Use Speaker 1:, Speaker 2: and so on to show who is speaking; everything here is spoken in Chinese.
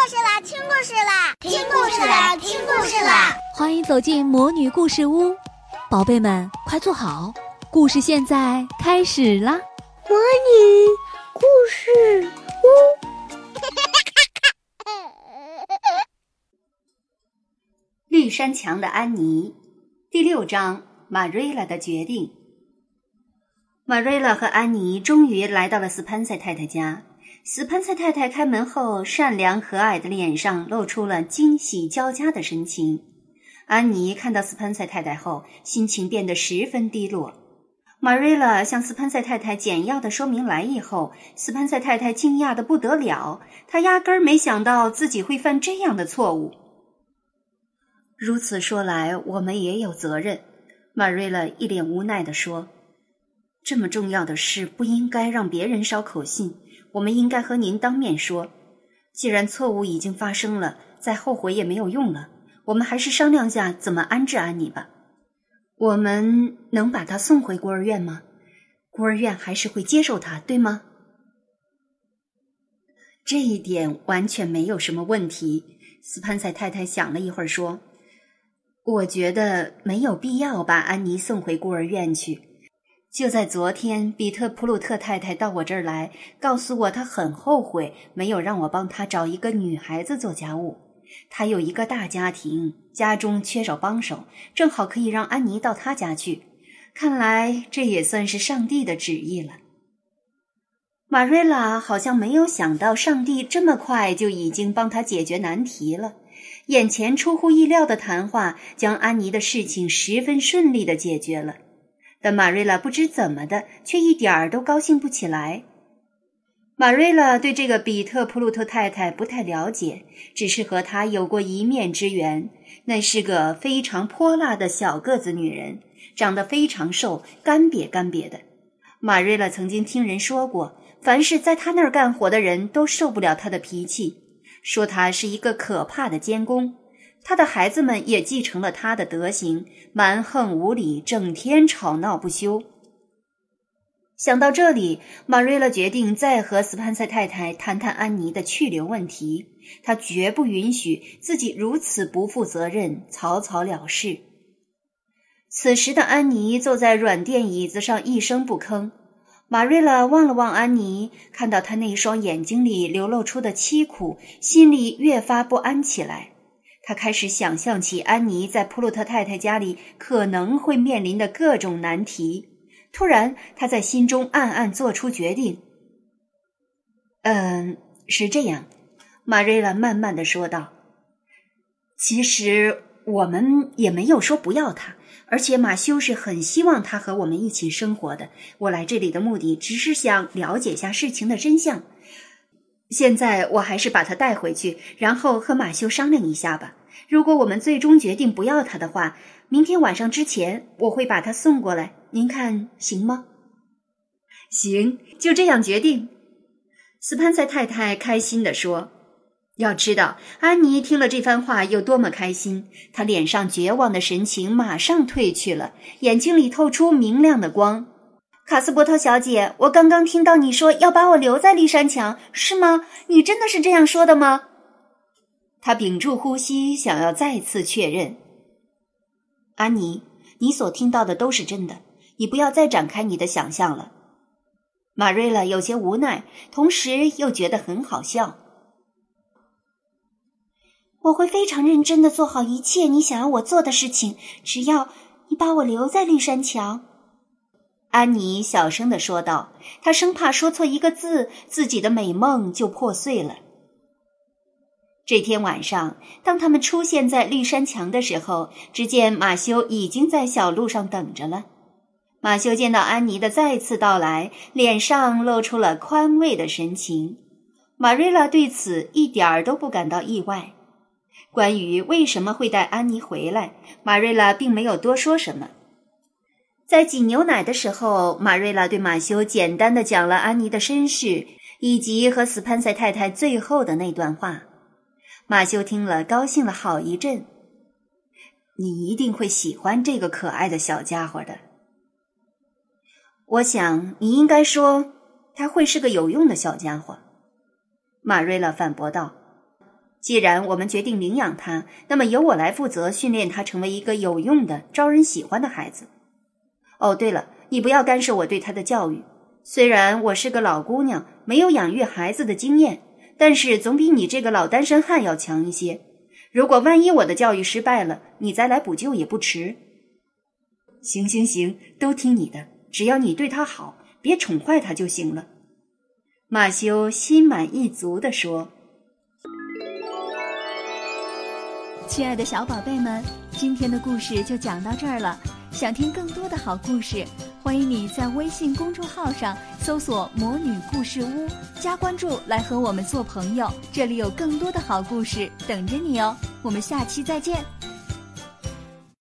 Speaker 1: 事啦，听故事啦，听故事啦，听故事啦！
Speaker 2: 欢迎走进魔女故事屋，宝贝们快坐好，故事现在开始啦！
Speaker 1: 魔女故事屋。
Speaker 3: 绿山墙的安妮，第6章，马瑞拉的决定。马瑞拉和安妮终于来到了斯潘塞太太家。斯潘塞太太开门后，善良和蔼的脸上露出了惊喜交加的神情。安妮看到斯潘塞太太后，心情变得十分低落。马瑞拉向斯潘塞太太简要的说明来意后，斯潘塞太太惊讶得不得了，她压根儿没想到自己会犯这样的错误。如此说来，我们也有责任，马瑞拉一脸无奈地说。这么重要的事不应该让别人捎口信，我们应该和您当面说。既然错误已经发生了，再后悔也没有用了，我们还是商量下怎么安置安妮吧。我们能把她送回孤儿院吗？孤儿院还是会接受她，对吗？这一点完全没有什么问题。斯潘塞太太想了一会儿说，我觉得没有必要把安妮送回孤儿院去。就在昨天，比特普鲁特太太到我这儿来，告诉我她很后悔没有让我帮她找一个女孩子做家务。她有一个大家庭，家中缺少帮手，正好可以让安妮到她家去。看来这也算是上帝的旨意了。马瑞拉好像没有想到上帝这么快就已经帮她解决难题了。眼前出乎意料的谈话将安妮的事情十分顺利地解决了。但马瑞拉不知怎么的，却一点儿都高兴不起来。马瑞拉对这个比特普鲁特太太不太了解，只是和她有过一面之缘。那是个非常泼辣的小个子女人，长得非常瘦，干瘪干瘪的。马瑞拉曾经听人说过，凡是在她那儿干活的人都受不了她的脾气，说她是一个可怕的监工。他的孩子们也继承了他的德行，蛮横无理，整天吵闹不休。想到这里，马瑞拉决定再和斯潘塞太太谈谈安妮的去留问题。她绝不允许自己如此不负责任，草草了事。此时的安妮坐在软垫椅子上一声不吭。马瑞拉望了望安妮，看到她那双眼睛里流露出的凄苦，心里越发不安起来。他开始想象起安妮在普鲁特太太家里可能会面临的各种难题。突然，他在心中暗暗做出决定。是这样，马瑞拉慢慢地说道。其实我们也没有说不要他，而且马修是很希望他和我们一起生活的。我来这里的目的只是想了解下事情的真相。现在我还是把他带回去，然后和马修商量一下吧。如果我们最终决定不要他的话，明天晚上之前我会把他送过来，您看行吗？行，就这样决定。斯潘塞太太开心地说。要知道安妮听了这番话有多么开心，她脸上绝望的神情马上褪去了，眼睛里透出明亮的光。卡斯伯特小姐，我刚刚听到你说要把我留在绿山墙，是吗？你真的是这样说的吗？他屏住呼吸，想要再次确认。安妮，你所听到的都是真的，你不要再展开你的想象了。马瑞拉有些无奈，同时又觉得很好笑。我会非常认真地做好一切你想要我做的事情，只要你把我留在绿山墙。安妮小声地说道，她生怕说错一个字，自己的美梦就破碎了。这天晚上，当他们出现在绿山墙的时候，只见马修已经在小路上等着了。马修见到安妮的再次到来，脸上露出了宽慰的神情。马瑞拉对此一点儿都不感到意外。关于为什么会带安妮回来，马瑞拉并没有多说什么。在挤牛奶的时候，马瑞拉对马修简单地讲了安妮的身世，以及和斯潘塞太太最后的那段话。马修听了高兴了好一阵。你一定会喜欢这个可爱的小家伙的。我想你应该说他会是个有用的小家伙。马瑞拉反驳道。 既然我们决定领养他，那么由我来负责训练他成为一个有用的、招人喜欢的孩子。哦，对了，你不要干涉我对他的教育。虽然我是个老姑娘，没有养育孩子的经验，但是总比你这个老单身汉要强一些。如果万一我的教育失败了，你再来补救也不迟。行行行，都听你的，只要你对他好，别宠坏他就行了。马修心满意足地说。
Speaker 2: 亲爱的小宝贝们，今天的故事就讲到这儿了。想听更多的好故事，欢迎你在微信公众号上搜索魔女故事屋，加关注来和我们做朋友，这里有更多的好故事等着你哦。我们下期再见。